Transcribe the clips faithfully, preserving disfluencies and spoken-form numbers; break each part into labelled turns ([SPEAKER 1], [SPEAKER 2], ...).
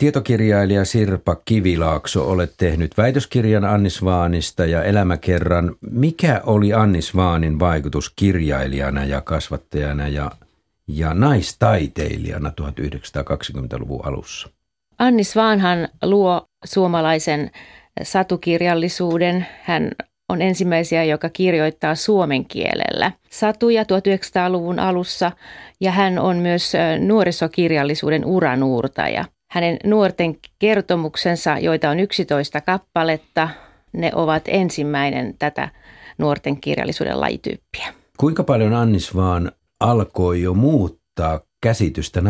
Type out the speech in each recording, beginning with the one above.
[SPEAKER 1] Tietokirjailija Sirpa Kivilaakso, olet tehnyt väitöskirjan Anni Svaanista ja elämäkerran. Mikä oli Anni Svaanin vaikutus kirjailijana ja kasvattajana ja, ja naistaiteilijana tuhatyhdeksänsataakaksikymmentäluvun alussa?
[SPEAKER 2] Anni Svaanhan luo suomalaisen satukirjallisuuden. Hän on ensimmäisiä, joka kirjoittaa suomen kielellä satuja tuhatyhdeksänsataaluvun alussa, ja hän on myös nuorisokirjallisuuden uranuurtaja. Hänen nuorten kertomuksensa, joita on yksitoista kappaletta, ne ovat ensimmäinen tätä nuorten kirjallisuuden lajityyppiä.
[SPEAKER 1] Kuinka paljon Anni Svaan alkoi jo muuttaa käsitystä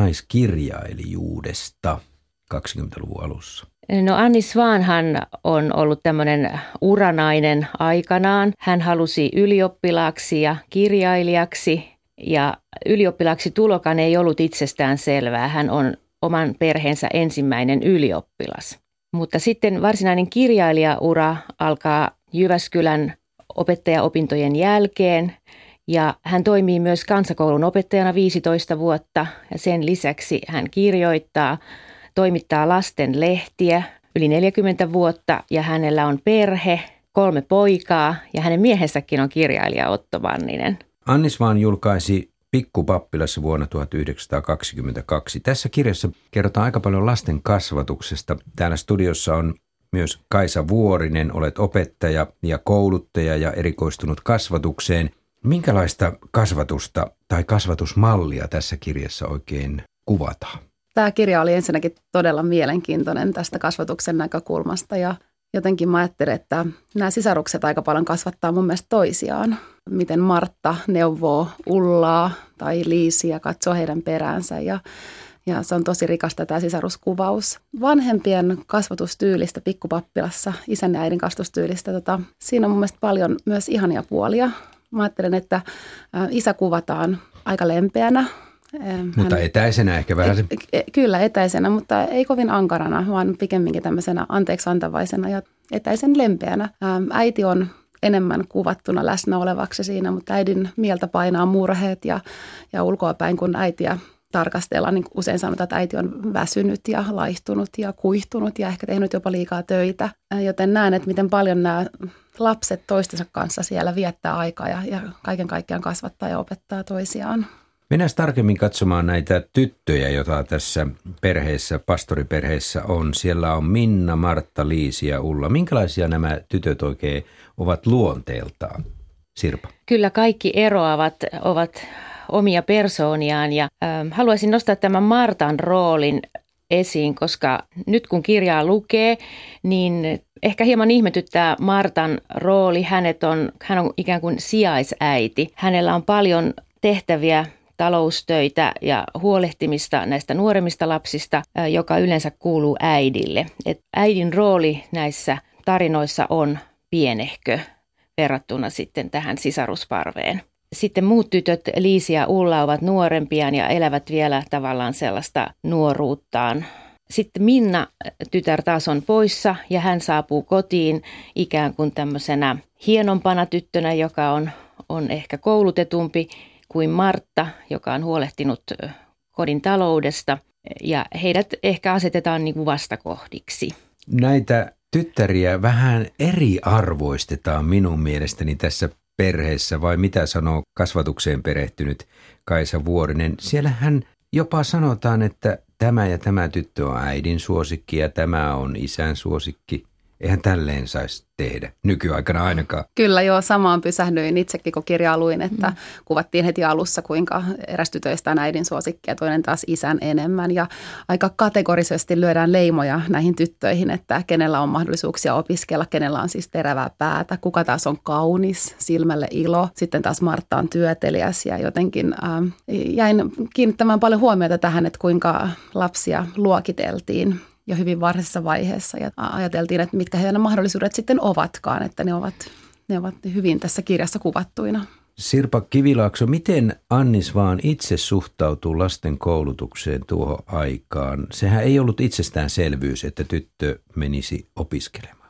[SPEAKER 1] naiskirjailijuudesta kaksikymmentäluvun alussa?
[SPEAKER 2] No Anni Svaanhan on ollut tämmöinen uranainen aikanaan. Hän halusi ylioppilaaksi ja kirjailijaksi, ja ylioppilaaksi tulokaan ei ollut itsestään selvää. Hän on oman perheensä ensimmäinen ylioppilas. Mutta sitten varsinainen kirjailijaura alkaa Jyväskylän opettajaopintojen jälkeen, ja hän toimii myös kansakoulun opettajana viisitoista vuotta, ja sen lisäksi hän kirjoittaa, toimittaa lasten lehtiä yli neljäkymmentä vuotta, ja hänellä on perhe, kolme poikaa, ja hänen miehensäkin on kirjailija Otto Manninen.
[SPEAKER 1] Anni Svaan julkaisi Pikkupappilassa vuonna tuhatyhdeksänsataakaksikymmentäkaksi. Tässä kirjassa kerrotaan aika paljon lasten kasvatuksesta. Täällä studiossa on myös Kaisa Vuorinen, olet opettaja ja kouluttaja ja erikoistunut kasvatukseen. Minkälaista kasvatusta tai kasvatusmallia tässä kirjassa oikein kuvataan?
[SPEAKER 3] Tämä kirja oli ensinnäkin todella mielenkiintoinen tästä kasvatuksen näkökulmasta, ja jotenkin mä ajattelin, että nämä sisarukset aika paljon kasvattaa mun mielestä toisiaan. Miten Martta neuvoo Ullaa tai Liisiä, katsoo heidän peräänsä, ja, ja se on tosi rikasta tämä sisaruskuvaus. Vanhempien kasvatustyylistä Pikkupappilassa, isän ja äidin kasvatustyylistä, tota, siinä on mun mielestä paljon myös ihania puolia. Mä ajattelen, että isä kuvataan aika lempeänä.
[SPEAKER 1] Mutta hän, etäisenä ehkä vähän se.
[SPEAKER 3] Kyllä etäisenä, mutta ei kovin ankarana, vaan pikemminkin tämmöisenä anteeksi antavaisena ja etäisen lempeänä. Äiti on enemmän kuvattuna läsnä olevaksi siinä, mutta äidin mieltä painaa murheet ja, ja ulkoapäin, kun äitiä tarkastellaan, niin usein sanotaan, että äiti on väsynyt ja laihtunut ja kuihtunut ja ehkä tehnyt jopa liikaa töitä. Joten näen, että miten paljon nämä lapset toistensa kanssa siellä viettää aikaa ja, ja kaiken kaikkiaan kasvattaa ja opettaa toisiaan.
[SPEAKER 1] Mennään tarkemmin katsomaan näitä tyttöjä, joita tässä perheessä, pastoriperheessä on. Siellä on Minna, Martta, Liisi ja Ulla. Minkälaisia nämä tytöt oikein ovat luonteeltaan, Sirpa?
[SPEAKER 2] Kyllä kaikki eroavat, ovat omia persooniaan, ja äh, haluaisin nostaa tämän Martan roolin esiin, koska nyt kun kirjaa lukee, niin ehkä hieman ihmetyttää Martan rooli. Hänet on, hän on ikään kuin sijaisäiti. Hänellä on paljon tehtäviä, taloustöitä ja huolehtimista näistä nuoremmista lapsista, joka yleensä kuuluu äidille. Et äidin rooli näissä tarinoissa on pienehkö verrattuna sitten tähän sisarusparveen. Sitten muut tytöt, Liisi ja Ulla, ovat nuorempia ja elävät vielä tavallaan sellaista nuoruuttaan. Sitten Minna, tytär, taas on poissa, ja hän saapuu kotiin ikään kuin tämmöisenä hienompana tyttönä, joka on, on ehkä koulutetumpi kuin Martta, joka on huolehtinut kodin taloudesta, ja heidät ehkä asetetaan niin kuin vastakohdiksi.
[SPEAKER 1] Näitä tyttäriä vähän eriarvoistetaan minun mielestäni tässä perheessä, vai mitä sanoo kasvatukseen perehtynyt Kaisa Vuorinen? Siellähän jopa sanotaan, että tämä ja tämä tyttö on äidin suosikki ja tämä on isän suosikki. Eihän tälleen saisi tehdä, nykyaikana ainakaan.
[SPEAKER 3] Kyllä joo, samaan pysähdyin itsekin, kun kirjaa luin, että mm. kuvattiin heti alussa, kuinka eräs tytöistä on äidin suosikki ja toinen taas isän enemmän. Ja aika kategorisesti lyödään leimoja näihin tyttöihin, että kenellä on mahdollisuuksia opiskella, kenellä on siis terävää päätä, kuka taas on kaunis, silmälle ilo. Sitten taas Martta on työteliäs, ja jotenkin äh, jäin kiinnittämään paljon huomiota tähän, että kuinka lapsia luokiteltiin jo hyvin varhaisessa vaiheessa, ja ajateltiin, että mitkä heidän mahdollisuudet sitten ovatkaan, että ne ovat, ne ovat hyvin tässä kirjassa kuvattuina.
[SPEAKER 1] Sirpa Kivilaakso, miten Anni Svaan itse suhtautuu lasten koulutukseen tuohon aikaan? Sehän ei ollut itsestäänselvyys, että tyttö menisi opiskelemaan.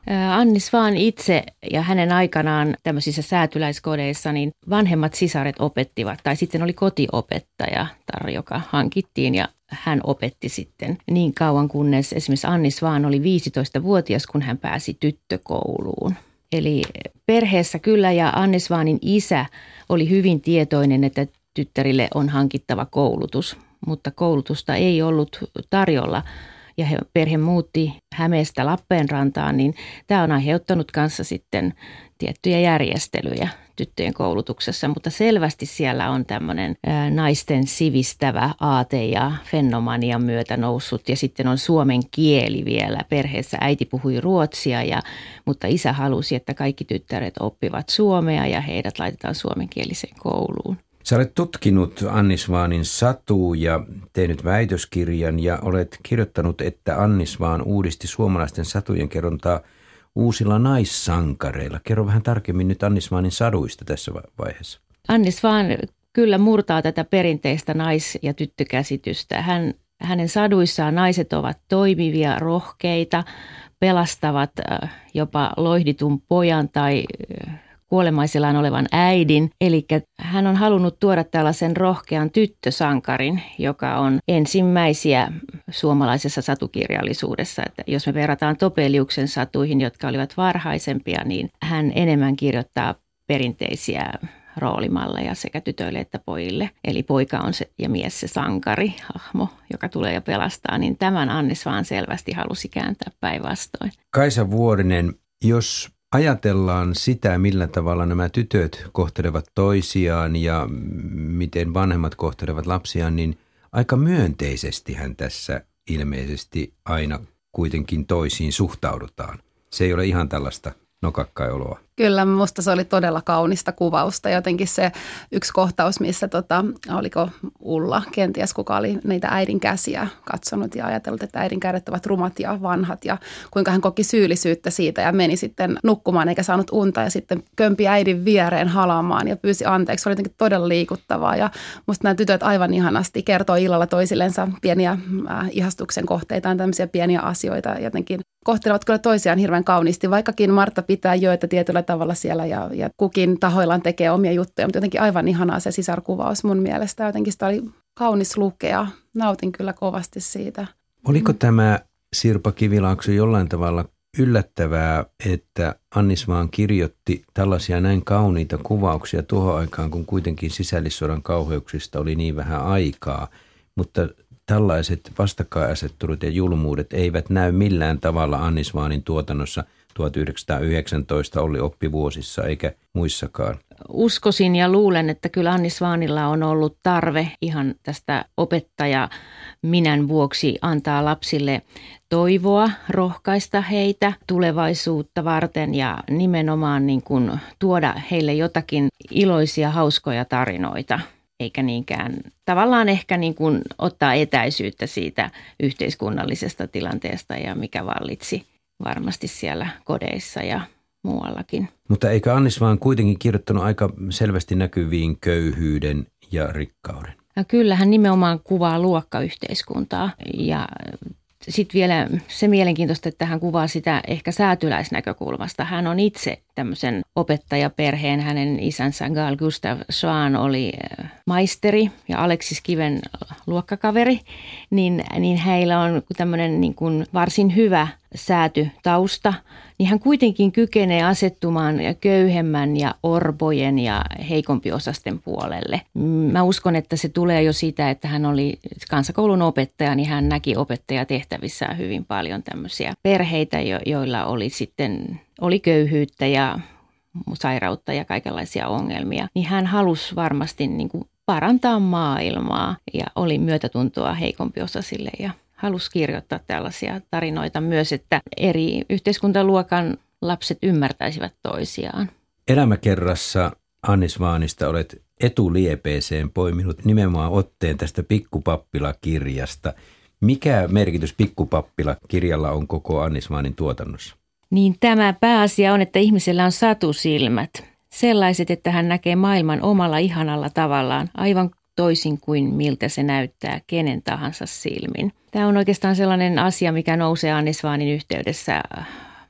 [SPEAKER 2] Anni Svahn itse ja hänen aikanaan tämmöisissä säätyläiskodeissa niin vanhemmat sisaret opettivat, tai sitten oli kotiopettaja, joka hankittiin ja hän opetti sitten niin kauan, kunnes esimerkiksi Anni Svahn oli viisitoistavuotias, kun hän pääsi tyttökouluun. Eli perheessä kyllä, ja Anni Svahnin isä oli hyvin tietoinen, että tyttärille on hankittava koulutus, mutta koulutusta ei ollut tarjolla. Ja he, perhe muutti Hämeestä Lappeenrantaan, niin tämä on aiheuttanut kanssa sitten tiettyjä järjestelyjä tyttöjen koulutuksessa, mutta selvästi siellä on tämmöinen ää, naisten sivistävä aate ja fenomanian myötä noussut, ja sitten on suomen kieli vielä. Perheessä äiti puhui ruotsia, ja, mutta isä halusi, että kaikki tyttäret oppivat suomea ja heidät laitetaan suomenkieliseen kouluun.
[SPEAKER 1] Sä olet tutkinut Anni Svahnin satuja, tehnyt väitöskirjan ja olet kirjoittanut, että Anni Svahn uudisti suomalaisten satujen kerrontaa uusilla naissankareilla. Kerro vähän tarkemmin nyt Anni Svahnin saduista tässä vaiheessa.
[SPEAKER 2] Anni Svahn kyllä murtaa tätä perinteistä nais- ja tyttökäsitystä. Hän, hänen saduissaan naiset ovat toimivia, rohkeita, pelastavat jopa loihditun pojan tai kuolemaisellaan olevan äidin. Eli hän on halunnut tuoda tällaisen rohkean tyttösankarin, joka on ensimmäisiä suomalaisessa satukirjallisuudessa. Että jos me verrataan Topeliuksen satuihin, jotka olivat varhaisempia, niin hän enemmän kirjoittaa perinteisiä roolimalleja sekä tytöille että pojille. Eli poika on se ja mies se sankari, hahmo, joka tulee ja pelastaa, niin tämän Anni Svahn selvästi halusi kääntää päinvastoin.
[SPEAKER 1] Kaisa Vuorinen, jos ajatellaan sitä, millä tavalla nämä tytöt kohtelevat toisiaan ja miten vanhemmat kohtelevat lapsiaan, niin aika myönteisesti hän tässä ilmeisesti aina kuitenkin toisiin suhtaudutaan. Se ei ole ihan tällaista nokakkaioloa.
[SPEAKER 3] Kyllä, musta se oli todella kaunista kuvausta. Jotenkin se yksi kohtaus, missä tota, oliko Ulla, kenties kuka oli niitä äidin käsiä katsonut ja ajatellut, että äidin kädet ovat rumat ja vanhat ja kuinka hän koki syyllisyyttä siitä ja meni sitten nukkumaan eikä saanut unta ja sitten kömpi äidin viereen halaamaan ja pyysi anteeksi. Se oli jotenkin todella liikuttavaa ja musta nämä tytöt aivan ihanasti kertoo illalla toisillensa pieniä äh, ihastuksen kohteitaan, tämmöisiä pieniä asioita. Jotenkin kohtelevat kyllä toisiaan hirveän kauniisti, vaikkakin Martta pitää jöitä tietyllä tavalla siellä ja, ja kukin tahoillaan tekee omia juttuja, mutta jotenkin aivan ihanaa se sisarkuvaus mun mielestä. Jotenkin sitä oli kaunis lukea. Nautin kyllä kovasti siitä.
[SPEAKER 1] Oliko tämä Sirpa Kivilaakso jollain tavalla yllättävää, että Anni Svahn kirjoitti tällaisia näin kauniita kuvauksia tuohon aikaan, kun kuitenkin sisällissodan kauheuksista oli niin vähän aikaa, mutta tällaiset vastakkainasettelut ja julmuudet eivät näy millään tavalla Anni Svahnin tuotannossa tuhatyhdeksänsataayhdeksäntoista Olli oppivuosissa eikä muissakaan.
[SPEAKER 2] Uskoisin ja luulen, että kyllä Anni Svahnilla on ollut tarve ihan tästä opettaja minän vuoksi antaa lapsille toivoa, rohkaista heitä tulevaisuutta varten ja nimenomaan niin kuin tuoda heille jotakin iloisia, hauskoja tarinoita. Eikä niinkään tavallaan ehkä niin kuin ottaa etäisyyttä siitä yhteiskunnallisesta tilanteesta ja mikä vallitsi varmasti siellä kodeissa ja muuallakin.
[SPEAKER 1] Mutta eikö Anni Svahn kuitenkin kirjoittanut aika selvästi näkyviin köyhyyden ja rikkauden?
[SPEAKER 2] Ja kyllä hän nimenomaan kuvaa luokkayhteiskuntaa ja sitten vielä se mielenkiintoista, että hän kuvaa sitä ehkä säätyläisnäkökulmasta. Hän on itse tämmöisen opettajaperheen, hänen isänsä Carl Gustav Svahn oli maisteri ja Aleksis Kiven luokkakaveri, niin, niin heillä on tämmöinen niin kuin varsin hyvä säätytausta, niin hän kuitenkin kykenee asettumaan köyhemmän ja orpojen ja heikompiosasten puolelle. Mä uskon, että se tulee jo siitä, että hän oli kansakoulun opettaja, niin hän näki opettajatehtävissään hyvin paljon tämmöisiä perheitä, joilla oli sitten oli köyhyyttä ja sairautta ja kaikenlaisia ongelmia. Niin hän halusi varmasti niin kuin parantaa maailmaa ja oli myötätuntoa heikompiosaisille ja halusi kirjoittaa tällaisia tarinoita myös, että eri yhteiskuntaluokan lapset ymmärtäisivät toisiaan.
[SPEAKER 1] Elämäkerrassa Anni Svahnista olet etuliepeeseen poiminut nimenomaan otteen tästä Pikkupappila-kirjasta. Mikä merkitys Pikkupappila-kirjalla on koko Anni Svahnin tuotannossa?
[SPEAKER 2] Niin tämä pääasia on, että ihmisellä on satusilmät. Sellaiset, että hän näkee maailman omalla ihanalla tavallaan, aivan toisin kuin miltä se näyttää kenen tahansa silmin. Tämä on oikeastaan sellainen asia, mikä nousee Anni Svahnin yhteydessä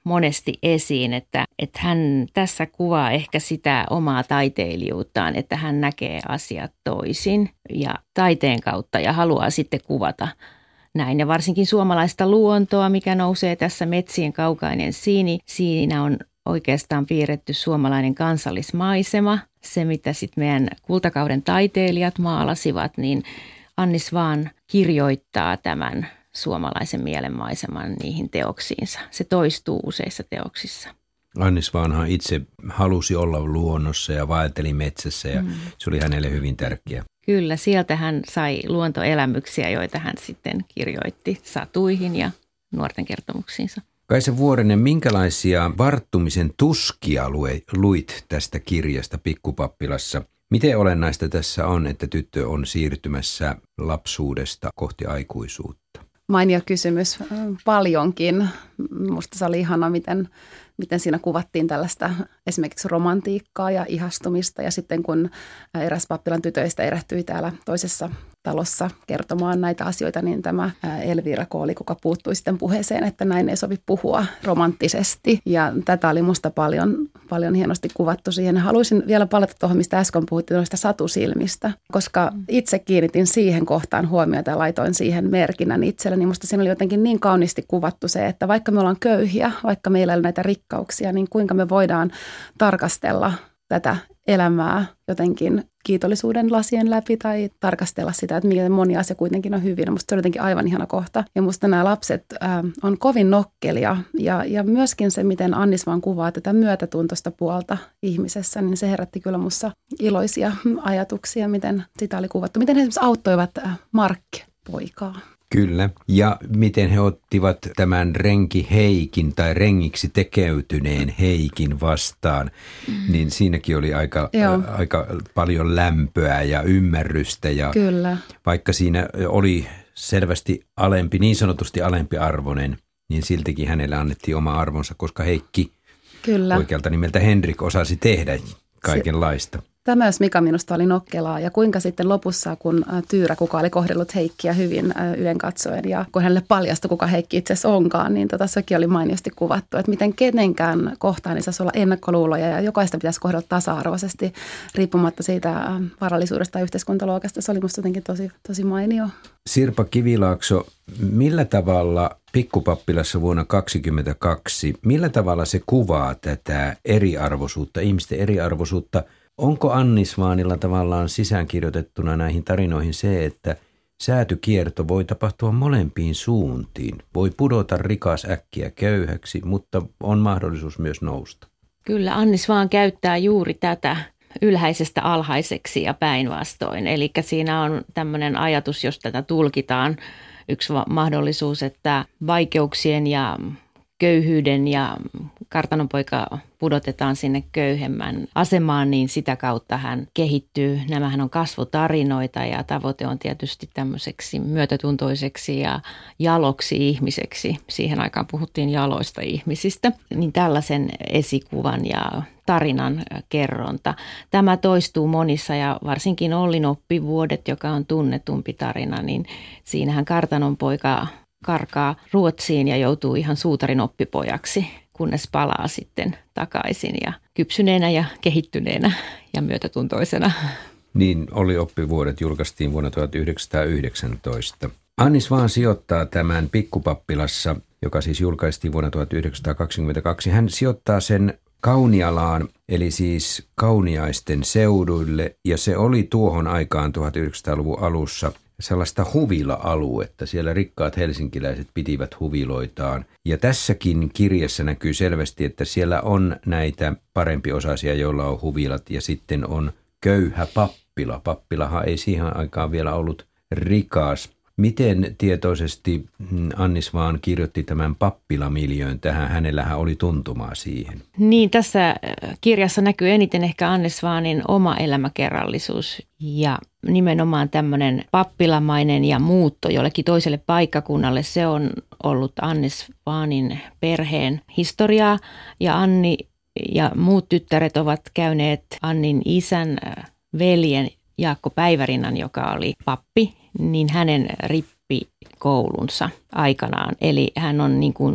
[SPEAKER 2] monesti esiin, että, että hän tässä kuvaa ehkä sitä omaa taiteilijuuttaan, että hän näkee asiat toisin ja taiteen kautta ja haluaa sitten kuvata näin. Ja varsinkin suomalaista luontoa, mikä nousee tässä Metsien kaukainen siini, siinä on oikeastaan piirretty suomalainen kansallismaisema. Se, mitä sitten meidän kultakauden taiteilijat maalasivat, niin Annis vaan kirjoittaa tämän suomalaisen mielenmaiseman niihin teoksiinsa. Se toistuu useissa teoksissa.
[SPEAKER 1] Annis Vaanhan itse halusi olla luonnossa ja vaelteli metsässä ja mm. se oli hänelle hyvin tärkeä.
[SPEAKER 2] Kyllä, sieltä hän sai luontoelämyksiä, joita hän sitten kirjoitti satuihin ja nuorten kertomuksiinsa.
[SPEAKER 1] Kaisa Vuorinen, minkälaisia varttumisen tuskia luit tästä kirjasta Pikkupappilassa? Miten olennaista tässä on, että tyttö on siirtymässä lapsuudesta kohti aikuisuutta?
[SPEAKER 3] Mainio kysymys paljonkin. Musta se oli ihana, miten, miten siinä kuvattiin tällaista esimerkiksi romantiikkaa ja ihastumista. Ja sitten kun eräs pappilan tytöistä erehtyi täällä toisessa talossa kertomaan näitä asioita, niin tämä Elvira Kooli, kuka puuttui sitten puheeseen, että näin ei sovi puhua romanttisesti. Ja tätä oli musta paljon, paljon hienosti kuvattu siihen. Haluaisin vielä palata tuohon, mistä äsken puhuttiin noista satusilmistä, koska itse kiinnitin siihen kohtaan huomiota ja laitoin siihen merkinnän itselleni. Musta siinä oli jotenkin niin kauniisti kuvattu se, että vaikka me ollaan köyhiä, vaikka meillä ei ole näitä rikkauksia, niin kuinka me voidaan tarkastella tätä elämää jotenkin kiitollisuuden lasien läpi tai tarkastella sitä, että miten moni asia kuitenkin on hyvin. Musta se on jotenkin aivan ihana kohta. Ja musta nämä lapset äh, on kovin nokkelia ja, ja myöskin se, miten Annis vaan kuvaa tätä myötätuntoista puolta ihmisessä, niin se herätti kyllä musta iloisia ajatuksia, miten sitä oli kuvattu. Miten he esimerkiksi auttoivat äh, Mark-poikaa.
[SPEAKER 1] Kyllä. Ja miten he ottivat tämän renki Heikin tai rengiksi tekeytyneen Heikin vastaan, mm. niin siinäkin oli aika, ä, aika paljon lämpöä ja ymmärrystä. Ja
[SPEAKER 3] Kyllä.
[SPEAKER 1] Vaikka siinä oli selvästi alempi, niin sanotusti alempi arvoinen, niin siltikin hänelle annettiin oma arvonsa, koska Heikki Kyllä. oikealta nimeltä Henrik osasi tehdä kaikenlaista.
[SPEAKER 3] Tämä jos mikä minusta oli nokkelaa ja kuinka sitten lopussa, kun Tyyrä, kuka oli kohdellut Heikkiä hyvin ylen katsoen ja kun hänelle paljastui, kuka Heikki itse asiassa onkaan, niin tota, sekin oli mainiosti kuvattu, että miten kenenkään kohtaan ei saisi olla ennakkoluuloja ja jokaista pitäisi kohdella tasa-arvoisesti riippumatta siitä varallisuudesta ja yhteiskuntaluokasta. Se oli musta jotenkin tosi, tosi mainio.
[SPEAKER 1] Sirpa Kivilaakso, millä tavalla Pikkupappilassa vuonna kaksikymmentäkaksi, millä tavalla se kuvaa tätä eriarvoisuutta, ihmisten eriarvoisuutta? Onko Annis Vaanilla tavallaan sisäänkirjoitettuna näihin tarinoihin se, että säätykierto voi tapahtua molempiin suuntiin? Voi pudota rikas äkkiä köyhäksi, mutta on mahdollisuus myös nousta.
[SPEAKER 2] Kyllä, Annis vaan käyttää juuri tätä ylhäisestä alhaiseksi ja päinvastoin. Eli siinä on tämmöinen ajatus, jos tätä tulkitaan, yksi mahdollisuus, että vaikeuksien ja köyhyyden ja kartanonpoika pudotetaan sinne köyhemmän asemaan, niin sitä kautta hän kehittyy. Nämähän on kasvutarinoita ja tavoite on tietysti tämmöiseksi myötätuntoiseksi ja jaloksi ihmiseksi. Siihen aikaan puhuttiin jaloista ihmisistä. Niin tällaisen esikuvan ja tarinan kerronta. Tämä toistuu monissa ja varsinkin Ollin oppivuodet, joka on tunnetumpi tarina, niin siinähän kartanonpoika karkaa Ruotsiin ja joutuu ihan suutarin oppipojaksi, kunnes palaa sitten takaisin ja kypsyneenä ja kehittyneenä ja myötätuntoisena.
[SPEAKER 1] Niin oli oppivuodet, julkaistiin vuonna tuhatyhdeksänsataayhdeksäntoista. Annis vaan sijoittaa tämän Pikkupappilassa, joka siis julkaistiin vuonna tuhatyhdeksänsataakaksikymmentäkaksi. Hän sijoittaa sen Kaunialaan, eli siis kauniaisten seuduille, ja se oli tuohon aikaan tuhatyhdeksänsataaluvun alussa sellaista huvila-aluetta. Siellä rikkaat helsinkiläiset pitivät huviloitaan. Ja tässäkin kirjassa näkyy selvästi, että siellä on näitä parempiosaisia, joilla on huvilat, ja sitten on köyhä pappila. Pappilahan ei siihen aikaan vielä ollut rikas. Miten tietoisesti Annis vaan kirjoitti tämän pappilamiljöön tähän? Hänellähän oli tuntumaa siihen.
[SPEAKER 2] Niin, tässä kirjassa näkyy eniten ehkä Annis Vaanin oma elämäkerrallisuus ja nimenomaan tämmöinen pappilamainen ja muutto jollekin toiselle paikkakunnalle. Se on ollut Annis Vaanin perheen historiaa ja Anni ja muut tyttäret ovat käyneet Annin isän veljen Jaakko Päivärinnan, joka oli pappi, niin hänen rippikoulunsa aikanaan. Eli hän on niin kuin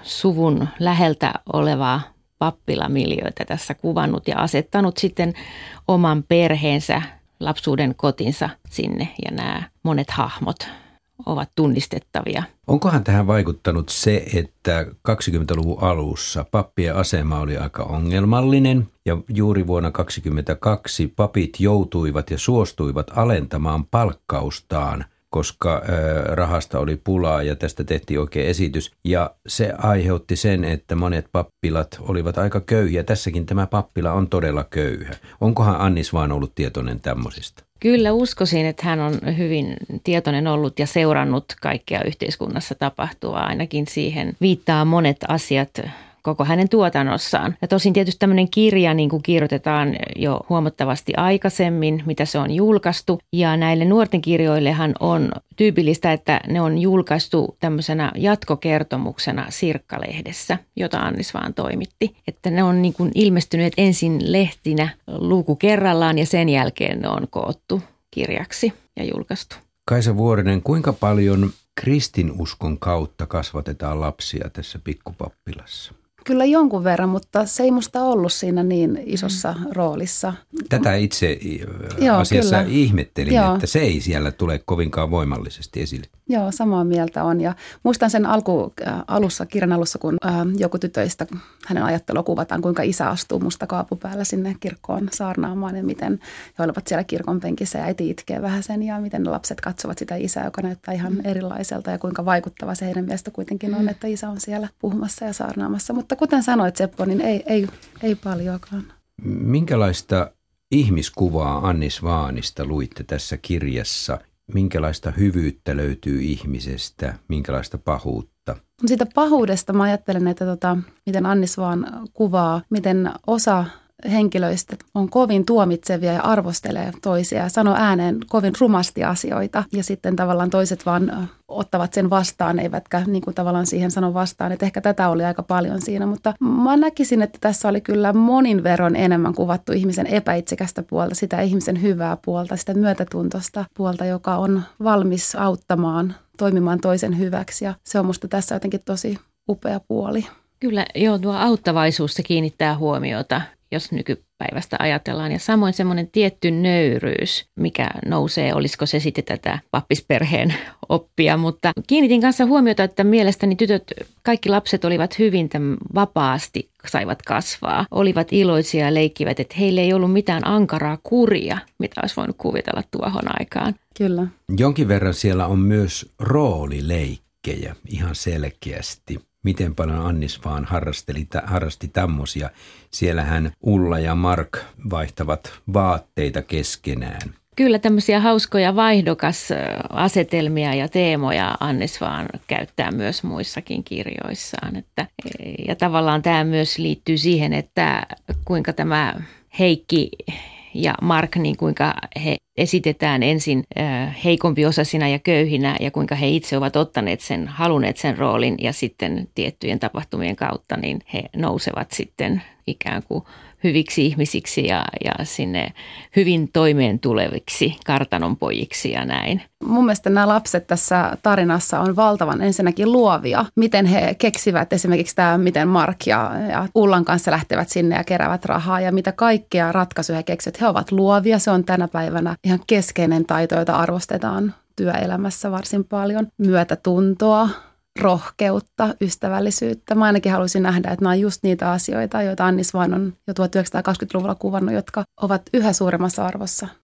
[SPEAKER 2] suvun läheltä olevaa pappilamiljöitä tässä kuvannut ja asettanut sitten oman perheensä, lapsuuden kotinsa sinne ja nämä monet hahmot ovat tunnistettavia.
[SPEAKER 1] Onkohan tähän vaikuttanut se, että kaksikymmentäluvun alussa pappien asema oli aika ongelmallinen ja juuri vuonna kaksikymmentäkaksi papit joutuivat ja suostuivat alentamaan palkkaustaan, koska rahasta oli pulaa ja tästä tehtiin oikein esitys. Ja se aiheutti sen, että monet pappilat olivat aika köyhiä. Tässäkin tämä pappila on todella köyhä. Onkohan Annis vaan ollut tietoinen tämmöisistä?
[SPEAKER 2] Kyllä uskoisin, että hän on hyvin tietoinen ollut ja seurannut kaikkea yhteiskunnassa tapahtuvaa. Ainakin siihen viittaa monet asiat koko hänen tuotannossaan. Ja tosin tietysti tämmöinen kirja niin kuin kirjoitetaan jo huomattavasti aikaisemmin, mitä se on julkaistu. Ja näille nuorten kirjoillehan on tyypillistä, että ne on julkaistu tämmöisenä jatkokertomuksena Sirkka-lehdessä, jota Annis vaan toimitti. Että ne on niin kuin ilmestyneet ensin lehtinä luku kerrallaan ja sen jälkeen ne on koottu kirjaksi ja julkaistu.
[SPEAKER 1] Kaisa Vuorinen, kuinka paljon kristinuskon kautta kasvatetaan lapsia tässä pikkupappilassa?
[SPEAKER 3] Kyllä jonkun verran, mutta se ei musta ollut siinä niin isossa roolissa.
[SPEAKER 1] Tätä itse
[SPEAKER 3] Joo,
[SPEAKER 1] asiassa
[SPEAKER 3] kyllä.
[SPEAKER 1] ihmettelin,
[SPEAKER 3] Joo.
[SPEAKER 1] että se ei siellä tule kovinkaan voimallisesti esille.
[SPEAKER 3] Joo, samaa mieltä on. Ja muistan sen alku, äh, alussa, kirjan alussa, kun äh, joku tytöistä, hänen ajattelua kuvataan, kuinka isä astuu musta kaapupäällä sinne kirkkoon saarnaamaan ja miten he olivat siellä kirkon penkissä ja äiti itkee vähän sen ja miten ne lapset katsovat sitä isää, joka näyttää ihan mm. erilaiselta ja kuinka vaikuttava se heidän mielestä kuitenkin on, että isä on siellä puhumassa ja saarnaamassa. Mutta kuten sanoit Seppo, niin ei, ei, ei paljoakaan.
[SPEAKER 1] Minkälaista ihmiskuvaa Annis Vaanista luitte tässä kirjassa? Minkälaista hyvyyttä löytyy ihmisestä? Minkälaista pahuutta?
[SPEAKER 3] Siitä pahuudesta mä ajattelen, että tota, miten Annis vaan kuvaa, miten osa henkilöistä on kovin tuomitsevia ja arvostelee toisia ja sanoo ääneen kovin rumasti asioita. Ja sitten tavallaan toiset vaan ottavat sen vastaan, eivätkä niin kuin tavallaan siihen sano vastaan. Että ehkä tätä oli aika paljon siinä, mutta mä näkisin, että tässä oli kyllä monin verran enemmän kuvattu ihmisen epäitsekästä puolta, sitä ihmisen hyvää puolta, sitä myötätuntoista puolta, joka on valmis auttamaan, toimimaan toisen hyväksi. Ja se on musta tässä jotenkin tosi upea puoli.
[SPEAKER 2] Kyllä, joo, tuo auttavaisuus se kiinnittää huomiota, jos nykypäivästä ajatellaan. Ja samoin semmoinen tietty nöyryys, mikä nousee, olisiko se sitten tätä pappisperheen oppia. Mutta kiinnitin kanssa huomiota, että mielestäni tytöt, kaikki lapset olivat hyvin vapaasti, saivat kasvaa. Olivat iloisia ja leikkivät, että heillä ei ollut mitään ankaraa kuria, mitä olisi voinut kuvitella tuohon aikaan.
[SPEAKER 3] Kyllä.
[SPEAKER 1] Jonkin verran siellä on myös roolileikkejä ihan selkeästi. Miten paljon Annis vaan harrasteli, harrasti tämmöisiä. Siellähän Ulla ja Mark vaihtavat vaatteita keskenään.
[SPEAKER 2] Kyllä tämmöisiä hauskoja vaihdokasasetelmia ja teemoja Annis vaan käyttää myös muissakin kirjoissaan. Että, ja tavallaan tämä myös liittyy siihen, että kuinka tämä Heikki ja Mark, niin kuinka he esitetään ensin heikompiosaisina ja köyhinä ja kuinka he itse ovat ottaneet sen, halunneet sen roolin ja sitten tiettyjen tapahtumien kautta niin he nousevat sitten ikään kuin hyviksi ihmisiksi ja, ja sinne hyvin toimeen tuleviksi kartanon pojiksi ja näin.
[SPEAKER 3] Mun mielestä nämä lapset tässä tarinassa on valtavan ensinnäkin luovia. Miten he keksivät esimerkiksi tämä, miten Mark ja, ja Ullan kanssa lähtevät sinne ja keräävät rahaa ja mitä kaikkea ratkaisuja he keksivät. He ovat luovia, se on tänä päivänä ihan keskeinen taito, jota arvostetaan työelämässä varsin paljon. Myötätuntoa, rohkeutta, ystävällisyyttä. Mä ainakin haluaisin nähdä, että nämä on just niitä asioita, joita Annis vaan on jo tuhatyhdeksänsataakaksikymmentäluvulla kuvannut, jotka ovat yhä suuremmassa arvossa